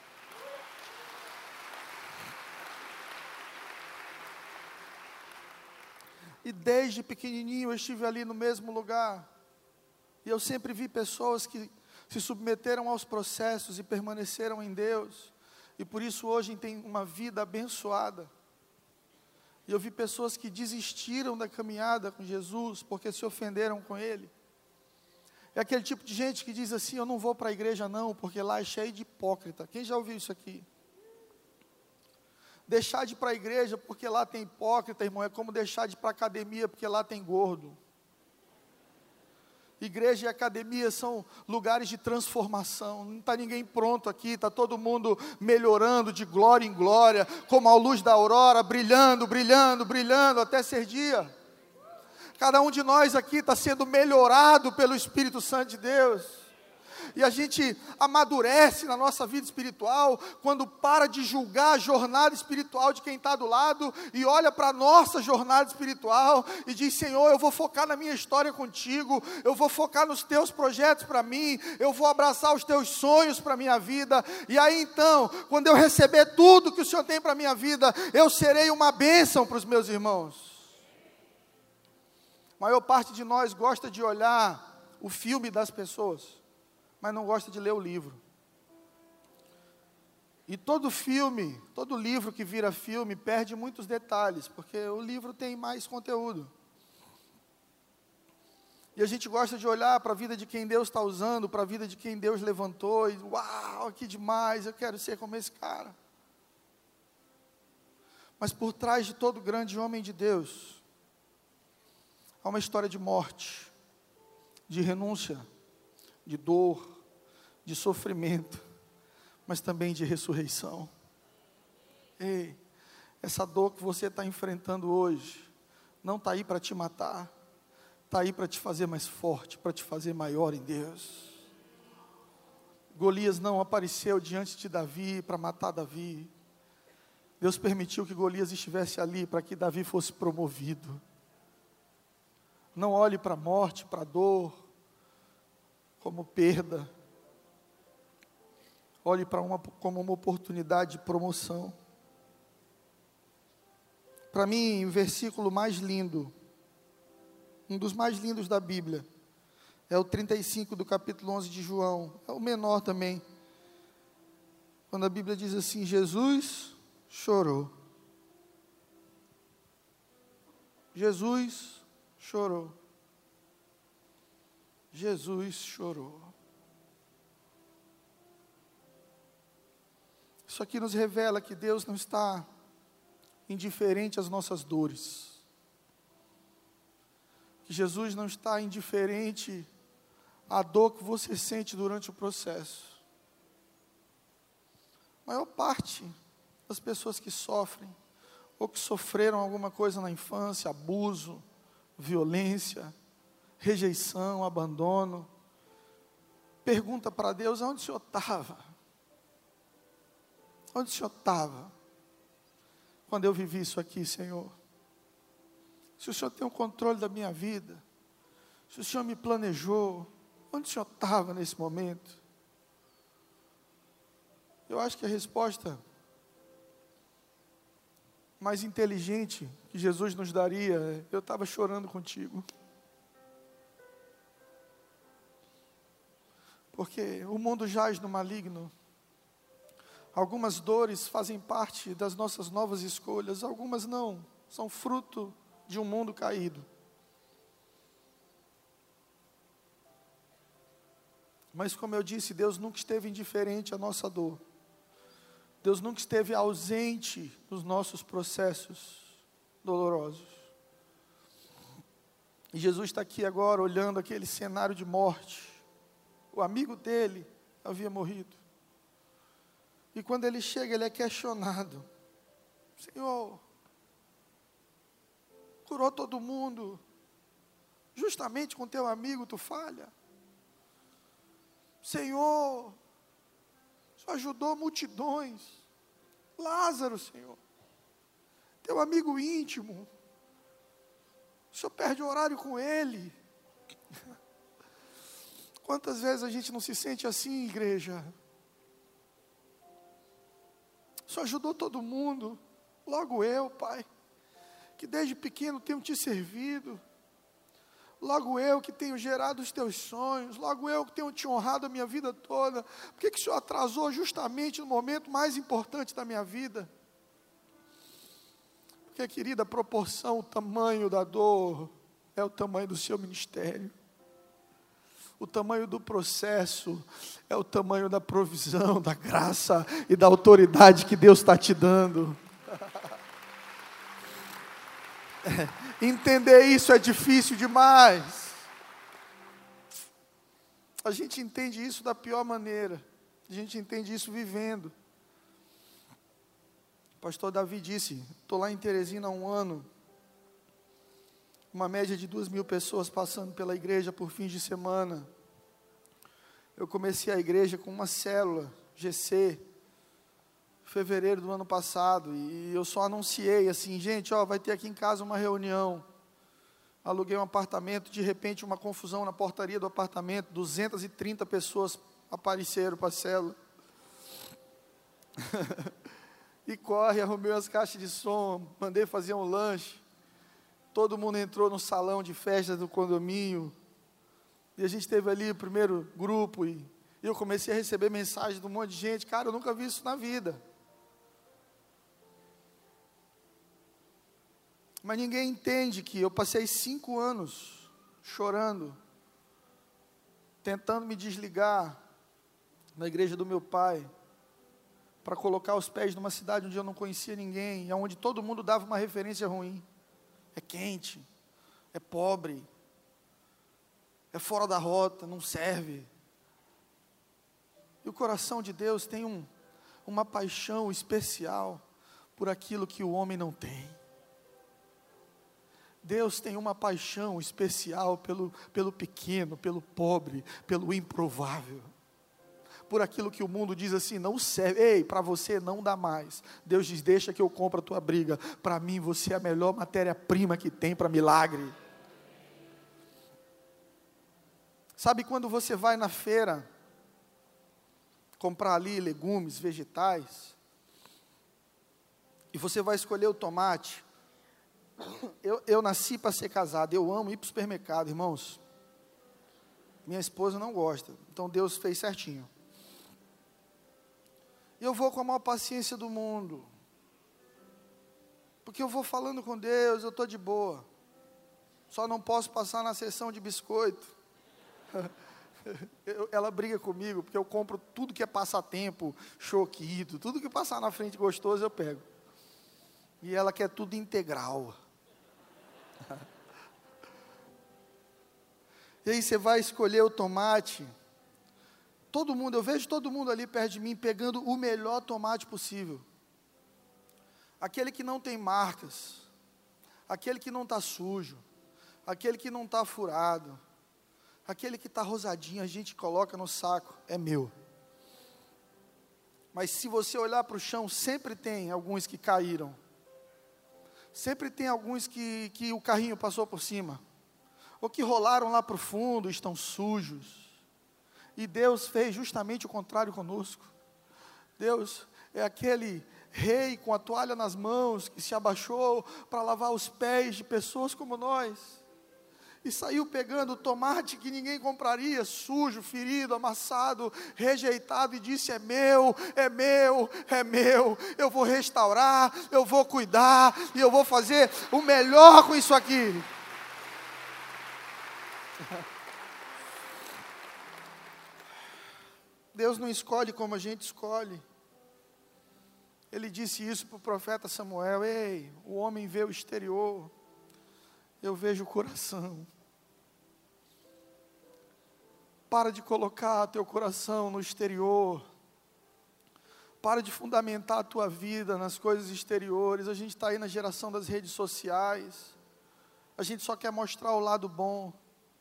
E desde pequenininho eu estive ali no mesmo lugar, e eu sempre vi pessoas que se submeteram aos processos e permaneceram em Deus, e por isso hoje têm uma vida abençoada. E eu vi pessoas que desistiram da caminhada com Jesus, porque se ofenderam com Ele. É aquele tipo de gente que diz assim, eu não vou para a igreja não, porque lá é cheio de hipócrita. Quem já ouviu isso aqui? Deixar de ir para a igreja porque lá tem hipócrita, irmão, é como deixar de ir para a academia porque lá tem gordo. Igreja e academia são lugares de transformação. Não está ninguém pronto aqui, está todo mundo melhorando de glória em glória, como a luz da aurora, brilhando, brilhando, brilhando, até ser dia. Cada um de nós aqui está sendo melhorado pelo Espírito Santo de Deus. E a gente amadurece na nossa vida espiritual, quando para de julgar a jornada espiritual de quem está do lado, e olha para a nossa jornada espiritual, e diz, Senhor, eu vou focar na minha história contigo, eu vou focar nos teus projetos para mim, eu vou abraçar os teus sonhos para a minha vida, e aí então, quando eu receber tudo que o Senhor tem para a minha vida, eu serei uma bênção para os meus irmãos. A maior parte de nós gosta de olhar o filme das pessoas, mas não gosta de ler o livro. E todo filme, todo livro que vira filme, perde muitos detalhes, porque o livro tem mais conteúdo. E a gente gosta de olhar para a vida de quem Deus está usando, para a vida de quem Deus levantou, e uau, que demais, eu quero ser como esse cara. Mas por trás de todo grande homem de Deus, há uma história de morte, de renúncia, de dor, de sofrimento, mas também de ressurreição. Ei, essa dor que você está enfrentando hoje, não está aí para te matar, está aí para te fazer mais forte, para te fazer maior em Deus. Golias não apareceu diante de Davi para matar Davi. Deus permitiu que Golias estivesse ali para que Davi fosse promovido. Não olhe para a morte, para a dor, como perda. Olhe para uma como uma oportunidade de promoção. Para mim, o versículo mais lindo, um dos mais lindos da Bíblia, é o trinta e cinco do capítulo onze de João. É o menor também. Quando a Bíblia diz assim, Jesus chorou. Jesus chorou. Jesus chorou. Isso aqui nos revela que Deus não está indiferente às nossas dores. Que Jesus não está indiferente à dor que você sente durante o processo. A maior parte das pessoas que sofrem, ou que sofreram alguma coisa na infância, abuso, violência, rejeição, abandono, pergunta para Deus, onde o Senhor estava? Onde o Senhor estava quando eu vivi isso aqui, Senhor? Se o Senhor tem o controle da minha vida, se o Senhor me planejou, onde o Senhor estava nesse momento? Eu acho que a resposta mais inteligente que Jesus nos daria é: eu estava chorando contigo. Porque o mundo jaz no maligno. Algumas dores fazem parte das nossas novas escolhas, algumas não, são fruto de um mundo caído. Mas como eu disse, Deus nunca esteve indiferente à nossa dor. Deus nunca esteve ausente nos nossos processos dolorosos. E Jesus está aqui agora olhando aquele cenário de morte. O amigo dele havia morrido. E quando ele chega, ele é questionado. Senhor, curou todo mundo. Justamente com teu amigo tu falha. Senhor, o Senhor ajudou multidões. Lázaro, Senhor, teu amigo íntimo. O Senhor perde o horário com ele. Quantas vezes a gente não se sente assim, igreja? O Senhor ajudou todo mundo, logo eu, Pai, que desde pequeno tenho te servido, logo eu que tenho gerado os teus sonhos, logo eu que tenho te honrado a minha vida toda, por que que o Senhor atrasou justamente no momento mais importante da minha vida? Porque, querida, a proporção, o tamanho da dor é o tamanho do seu ministério. O tamanho do processo é o tamanho da provisão, da graça e da autoridade que Deus está te dando. É, entender isso é difícil demais. A gente entende isso da pior maneira. A gente entende isso vivendo. O pastor Davi disse, estou lá em Teresina há um ano, uma média de duas mil pessoas passando pela igreja por fins de semana. Eu comecei a igreja com uma célula, G C, em fevereiro do ano passado, e eu só anunciei assim, gente, ó, vai ter aqui em casa uma reunião. Aluguei um apartamento, de repente uma confusão na portaria do apartamento, duzentas e trinta pessoas apareceram para a célula. E corre, arrumei as caixas de som, mandei fazer um lanche. Todo mundo entrou no salão de festas do condomínio. E a gente teve ali o primeiro grupo. E eu comecei a receber mensagens de um monte de gente. Cara, eu nunca vi isso na vida. Mas ninguém entende que eu passei cinco anos chorando, tentando me desligar na igreja do meu pai, para colocar os pés numa cidade onde eu não conhecia ninguém, onde todo mundo dava uma referência ruim. É quente, é pobre, é fora da rota, não serve. E o coração de Deus tem um, uma paixão especial por aquilo que o homem não tem. Deus tem uma paixão especial pelo, pelo pequeno, pelo pobre, pelo improvável. Por aquilo que o mundo diz assim, não serve, ei, para você não dá mais. Deus diz, deixa que eu compro a tua briga. Para mim você é a melhor matéria-prima que tem para milagre. Sabe quando você vai na feira, comprar ali legumes, vegetais, e você vai escolher o tomate. Eu, eu nasci para ser casado, eu amo ir para o supermercado, irmãos. Minha esposa não gosta, então Deus fez certinho. E eu vou com a maior paciência do mundo, porque eu vou falando com Deus, eu estou de boa, só não posso passar na seção de biscoito. eu, ela briga comigo, porque eu compro tudo que é passatempo, choquito, tudo que passar na frente gostoso eu pego, e ela quer tudo integral. E aí você vai escolher o tomate, todo mundo, eu vejo todo mundo ali perto de mim, pegando o melhor tomate possível, aquele que não tem marcas, aquele que não está sujo, aquele que não está furado, aquele que está rosadinho, a gente coloca no saco, é meu. Mas se você olhar para o chão, sempre tem alguns que caíram, sempre tem alguns que, que o carrinho passou por cima, ou que rolaram lá para o fundo, estão sujos. E Deus fez justamente o contrário conosco. Deus é aquele, rei com a toalha nas mãos, que se abaixou para lavar os pés de pessoas como nós, e saiu pegando o tomate que ninguém compraria, sujo, ferido, amassado, rejeitado, e disse: é meu, é meu, é meu, eu vou restaurar, eu vou cuidar, e eu vou fazer o melhor com isso aqui. Deus não escolhe como a gente escolhe. Ele disse isso para o profeta Samuel: ei, o homem vê o exterior, eu vejo o coração. Para de colocar teu coração no exterior. Para de fundamentar a tua vida nas coisas exteriores. A gente está aí na geração das redes sociais. A gente só quer mostrar o lado bom.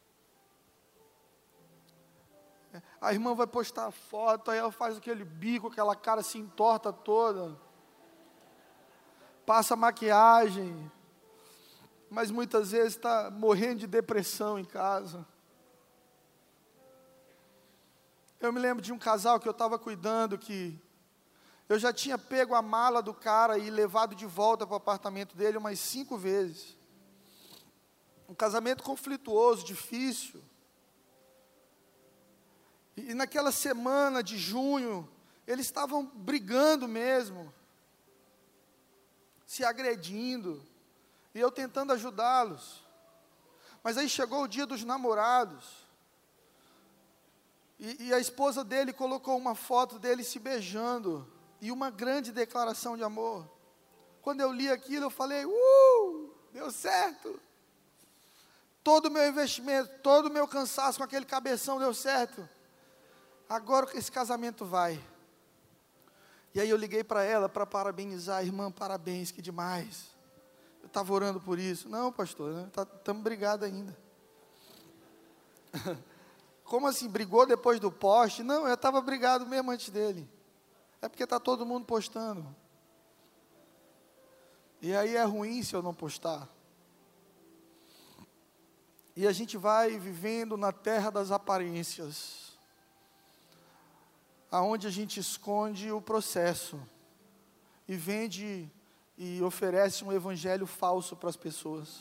A irmã vai postar a foto, aí ela faz aquele bico, aquela cara se entorta toda. Passa maquiagem. Mas muitas vezes está morrendo de depressão em casa. Eu me lembro de um casal que eu estava cuidando, que eu já tinha pego a mala do cara e levado de volta para o apartamento dele umas cinco vezes. Um casamento conflituoso, difícil. E, e naquela semana de junho, eles estavam brigando mesmo, se agredindo, e eu tentando ajudá-los. Mas aí chegou o dia dos namorados, E, e a esposa dele colocou uma foto dele se beijando, e uma grande declaração de amor. Quando eu li aquilo, eu falei: uh, deu certo. Todo o meu investimento, todo o meu cansaço com aquele cabeção deu certo. Agora esse casamento vai. E aí eu liguei para ela para parabenizar: irmã, parabéns, que demais. Eu estava orando por isso. Não, pastor, estamos né? brigados ainda. Como assim, brigou depois do poste? Não, eu estava brigado mesmo antes dele. É porque está todo mundo postando. E aí é ruim se eu não postar. E a gente vai vivendo na terra das aparências, aonde a gente esconde o processo, e vende e oferece um evangelho falso para as pessoas.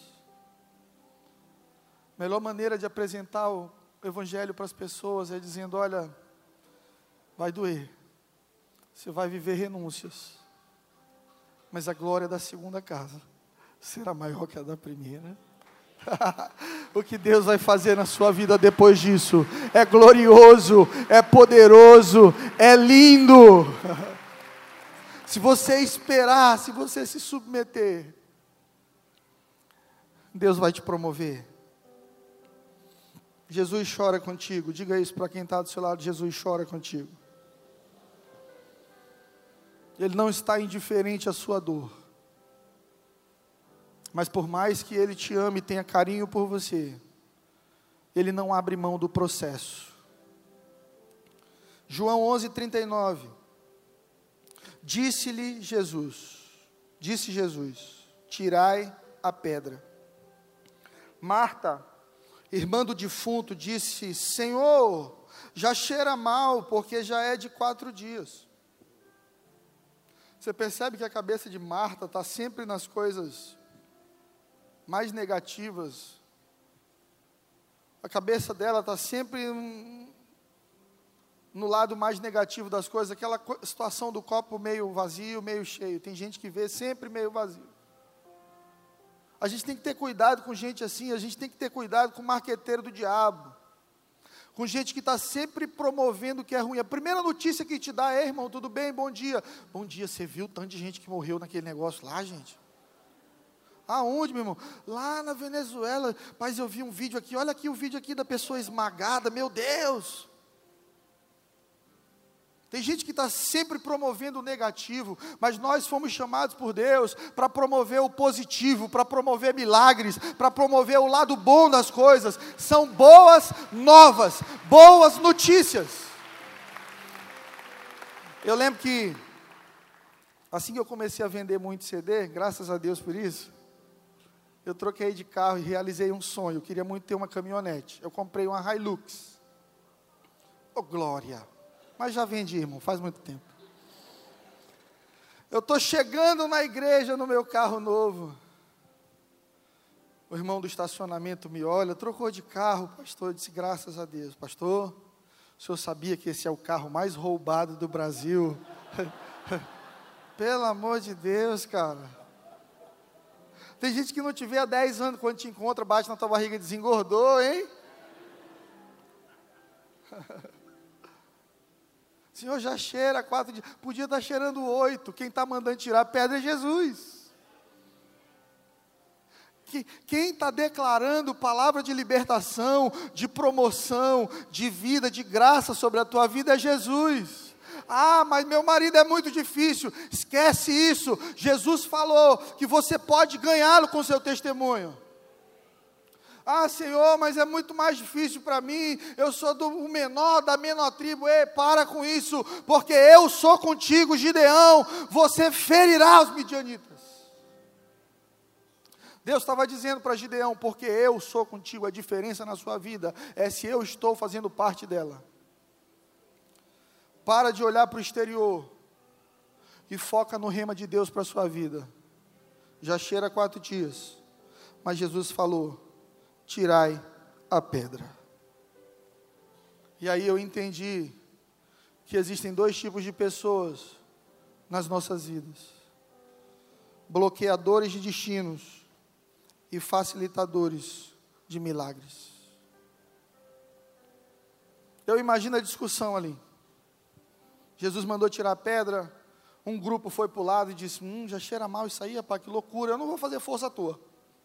A melhor maneira de apresentar o evangelho para as pessoas é dizendo: olha, vai doer, você vai viver renúncias, mas a glória da segunda casa será maior que a da primeira. O que Deus vai fazer na sua vida depois disso é glorioso, é poderoso, é lindo. Se você esperar, se você se submeter, Deus vai te promover. Jesus chora contigo. Diga isso para quem está do seu lado: Jesus chora contigo. Ele não está indiferente à sua dor. Mas por mais que Ele te ame e tenha carinho por você, Ele não abre mão do processo. João onze, trinta e nove. Disse-lhe Jesus, disse Jesus, tirai a pedra. Marta, irmã do defunto, disse: Senhor, já cheira mal, porque já é de quatro dias. Você percebe que a cabeça de Marta está sempre nas coisas mais negativas. A cabeça dela está sempre no lado mais negativo das coisas, aquela situação do copo meio vazio, meio cheio. Tem gente que vê sempre meio vazio. A gente tem que ter cuidado com gente assim. A gente tem que ter cuidado com o marqueteiro do diabo, com gente que está sempre promovendo o que é ruim. A primeira notícia que te dá é: irmão, tudo bem? Bom dia. Bom dia, você viu o tanto de gente que morreu naquele negócio lá, gente? Aonde, meu irmão? Lá na Venezuela. Mas eu vi um vídeo aqui, olha aqui o vídeo aqui da pessoa esmagada, meu Deus. Tem gente que está sempre promovendo o negativo, mas nós fomos chamados por Deus para promover o positivo, para promover milagres, para promover o lado bom das coisas. São boas novas, boas notícias. Eu lembro que, assim que eu comecei a vender muito C D, graças a Deus por isso, eu troquei de carro e realizei um sonho. Eu queria muito ter uma caminhonete. Eu comprei uma Hilux. Oh, glória! Mas já vendi, irmão, faz muito tempo. Eu estou chegando na igreja no meu carro novo. O irmão do estacionamento me olha, trocou de carro, pastor, eu disse, graças a Deus. Pastor, o senhor sabia que esse é o carro mais roubado do Brasil? Pelo amor de Deus, cara. Tem gente que não te vê há dez anos, quando te encontra, bate na tua barriga e diz, engordou, hein? O senhor já cheira quatro dias, podia estar cheirando oito, quem está mandando tirar a pedra é Jesus. Que, quem está declarando palavra de libertação, de promoção, de vida, de graça sobre a tua vida é Jesus. Ah, mas meu marido é muito difícil. Esquece isso. Jesus falou que você pode ganhá-lo com seu testemunho. Ah, Senhor, mas é muito mais difícil para mim. Eu sou do menor, da menor tribo. Ei, para com isso, porque eu sou contigo, Gideão. Você ferirá os midianitas. Deus estava dizendo para Gideão, porque eu sou contigo. A diferença na sua vida é se eu estou fazendo parte dela. Para de olhar para o exterior e foca no rema de Deus para a sua vida. Já cheira quatro dias, mas Jesus falou, tirai a pedra. E aí eu entendi que existem dois tipos de pessoas nas nossas vidas. Bloqueadores de destinos e facilitadores de milagres. Eu imagino a discussão ali. Jesus mandou tirar a pedra, um grupo foi para o lado e disse, hum, já cheira mal isso aí, rapaz, que loucura, eu não vou fazer força à toa.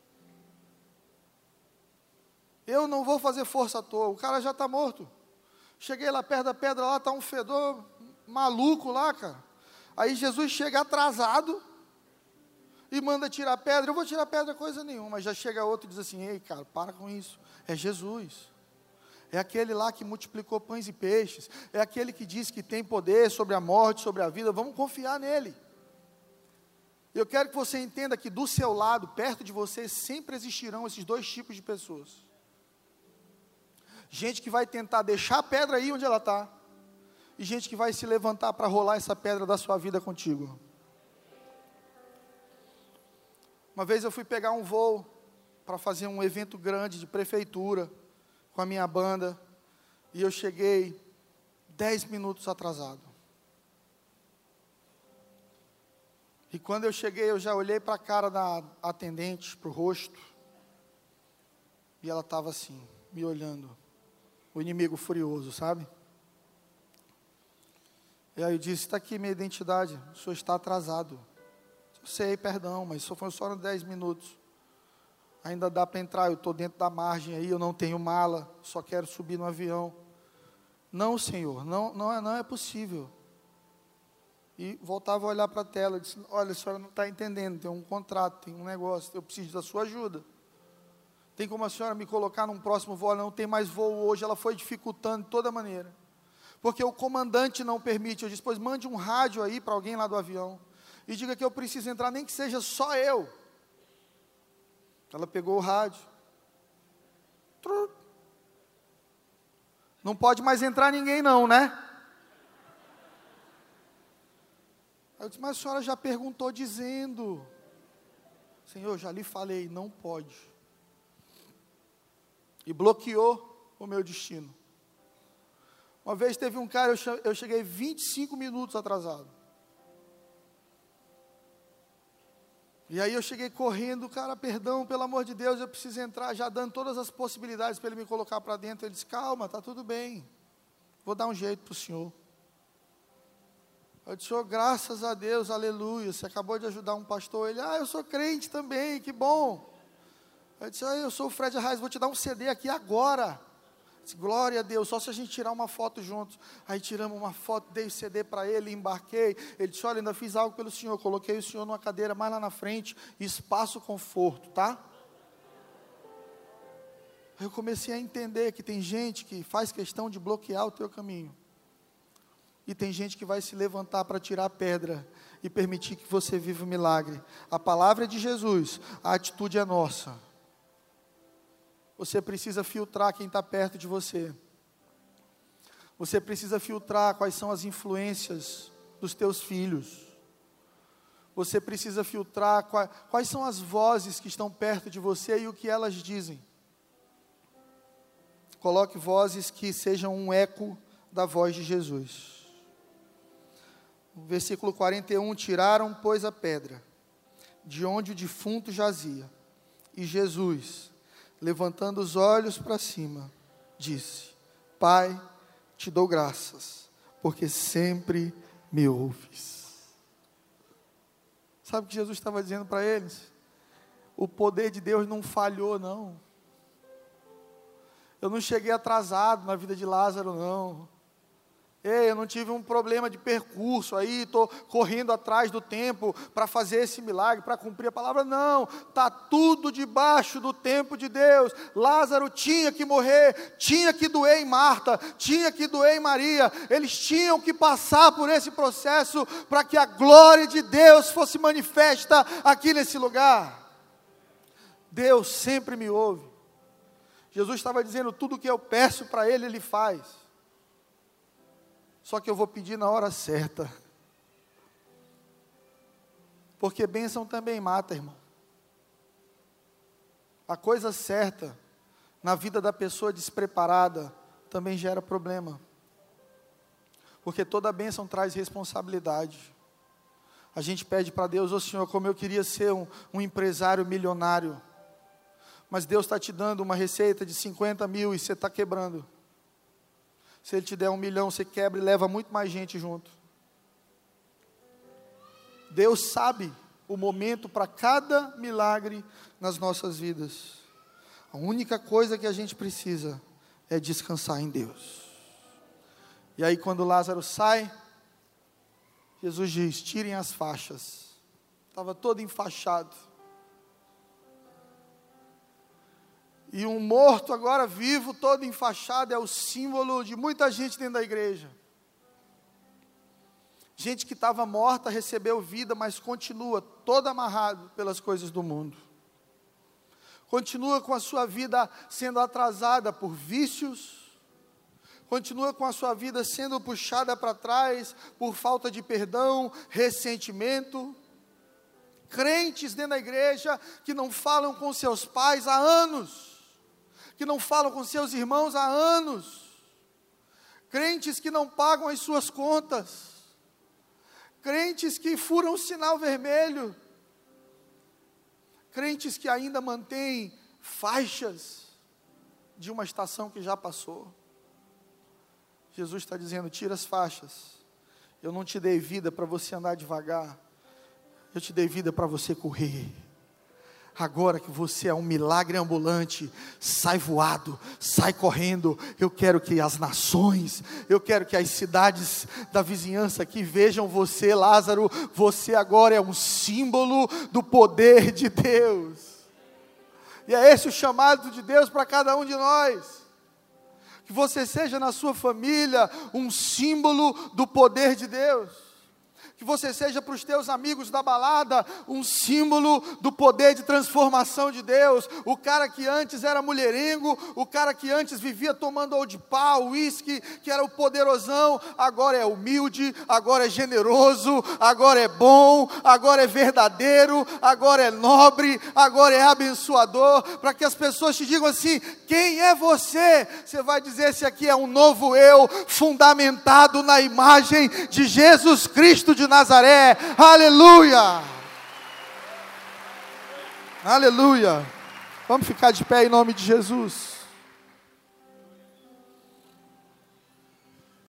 Eu não vou fazer força à toa, o cara já está morto. Cheguei lá perto da pedra, lá está um fedor maluco lá, cara. Aí Jesus chega atrasado e manda tirar a pedra. Eu vou tirar a pedra coisa nenhuma, mas já chega outro e diz assim, ei cara, para com isso, é Jesus. É aquele lá que multiplicou pães e peixes. É aquele que diz que tem poder sobre a morte, sobre a vida. Vamos confiar nele. Eu quero que você entenda que do seu lado, perto de você, sempre existirão esses dois tipos de pessoas. Gente que vai tentar deixar a pedra aí onde ela está. E gente que vai se levantar para rolar essa pedra da sua vida contigo. Uma vez eu fui pegar um voo para fazer um evento grande de prefeitura com a minha banda, e eu cheguei dez minutos atrasado. E quando eu cheguei, eu já olhei para a cara da atendente, para o rosto, e ela estava assim, me olhando, o inimigo furioso, sabe? E aí eu disse, está aqui minha identidade, o senhor está atrasado. Eu sei, perdão, mas só foi só nos dez minutos. Ainda dá para entrar, eu estou dentro da margem aí, eu não tenho mala, só quero subir no avião. Não, Senhor, não, não, é, não é possível. E voltava a olhar para a tela, disse, olha, a senhora não está entendendo, tem um contrato, tem um negócio, eu preciso da sua ajuda. Tem como a senhora me colocar num próximo voo? Não tem mais voo hoje, ela foi dificultando de toda maneira. Porque o comandante não permite, eu disse, pois mande um rádio aí para alguém lá do avião, e diga que eu preciso entrar, nem que seja só eu. Ela pegou o rádio. Não pode mais entrar ninguém não, né? Eu disse, mas a senhora já perguntou dizendo. Senhor, já lhe falei, não pode. E bloqueou o meu destino. Uma vez teve um cara, eu cheguei vinte e cinco minutos atrasado. E aí eu cheguei correndo, cara, perdão, pelo amor de Deus, eu preciso entrar, já dando todas as possibilidades para ele me colocar para dentro. Ele disse, calma, está tudo bem, vou dar um jeito para o senhor. Eu disse, oh, graças a Deus, aleluia, você acabou de ajudar um pastor. Ele, ah, eu sou crente também, que bom. Eu disse, ah, eu sou o Fred Arraes, vou te dar um C D aqui agora. Eu disse, glória a Deus, só se a gente tirar uma foto juntos. Aí tiramos uma foto, dei o C D para ele, embarquei. Ele disse, olha, ainda fiz algo pelo senhor, coloquei o senhor numa cadeira mais lá na frente, espaço, conforto, tá? Eu comecei a entender que tem gente que faz questão de bloquear o teu caminho. E tem gente que vai se levantar para tirar a pedra e permitir que você viva o milagre. A palavra é de Jesus, a atitude é nossa. Você precisa filtrar quem está perto de você. Você precisa filtrar quais são as influências dos teus filhos. você precisa filtrar quais, quais são as vozes que estão perto de você e o que elas dizem. Coloque vozes que sejam um eco da voz de Jesus. No versículo quarenta e um, tiraram, pois, a pedra, de onde o defunto jazia. E Jesus, levantando os olhos para cima, disse: Pai, te dou graças, porque sempre me ouves. Sabe o que Jesus estava dizendo para eles? O poder de Deus não falhou, não. Eu não cheguei atrasado na vida de Lázaro, não. Ei, eu não tive um problema de percurso aí, estou correndo atrás do tempo para fazer esse milagre, para cumprir a palavra. Não, está tudo debaixo do tempo de Deus. Lázaro tinha que morrer, tinha que doer em Marta, tinha que doer em Maria. Eles tinham que passar por esse processo para que a glória de Deus fosse manifesta aqui nesse lugar. Deus sempre me ouve. Jesus estava dizendo, tudo que eu peço para Ele, Ele faz. Só que eu vou pedir na hora certa. Porque bênção também mata, irmão. A coisa certa, na vida da pessoa despreparada, também gera problema. Porque toda bênção traz responsabilidade. A gente pede para Deus, ô Senhor, como eu queria ser um, um empresário milionário. Mas Deus está te dando uma receita de cinquenta mil e você está quebrando. Se Ele te der um milhão, você quebra e leva muito mais gente junto. Deus sabe o momento para cada milagre nas nossas vidas. A única coisa que a gente precisa é descansar em Deus. E aí quando Lázaro sai, Jesus diz, tirem as faixas. Estava todo enfaixado. E um morto agora vivo, todo enfaixado, é o símbolo de muita gente dentro da igreja. Gente que estava morta, recebeu vida, mas continua todo amarrado pelas coisas do mundo. Continua com a sua vida sendo atrasada por vícios. Continua com a sua vida sendo puxada para trás por falta de perdão, ressentimento. Crentes dentro da igreja que não falam com seus pais há anos. Que não falam com seus irmãos há anos, crentes que não pagam as suas contas, crentes que furam o sinal vermelho, crentes que ainda mantêm faixas de uma estação que já passou. Jesus está dizendo, tira as faixas, eu não te dei vida para você andar devagar, eu te dei vida para você correr. Agora que você é um milagre ambulante, sai voado, sai correndo. Eu quero que as nações, eu quero que as cidades da vizinhança aqui vejam você, Lázaro. Você agora é um símbolo do poder de Deus. E é esse o chamado de Deus para cada um de nós. Que você seja na sua família um símbolo do poder de Deus. Que você seja para os teus amigos da balada um símbolo do poder de transformação de Deus. O cara que antes era mulherengo, o cara que antes vivia tomando old pau, uísque, que era o poderosão, agora é humilde, agora é generoso, agora é bom, agora é verdadeiro, agora é nobre, agora é abençoador, para que as pessoas te digam assim, quem é você? Você vai dizer, esse aqui é um novo eu, fundamentado na imagem de Jesus Cristo de Nazaré. Aleluia, aleluia. Vamos ficar de pé em nome de Jesus.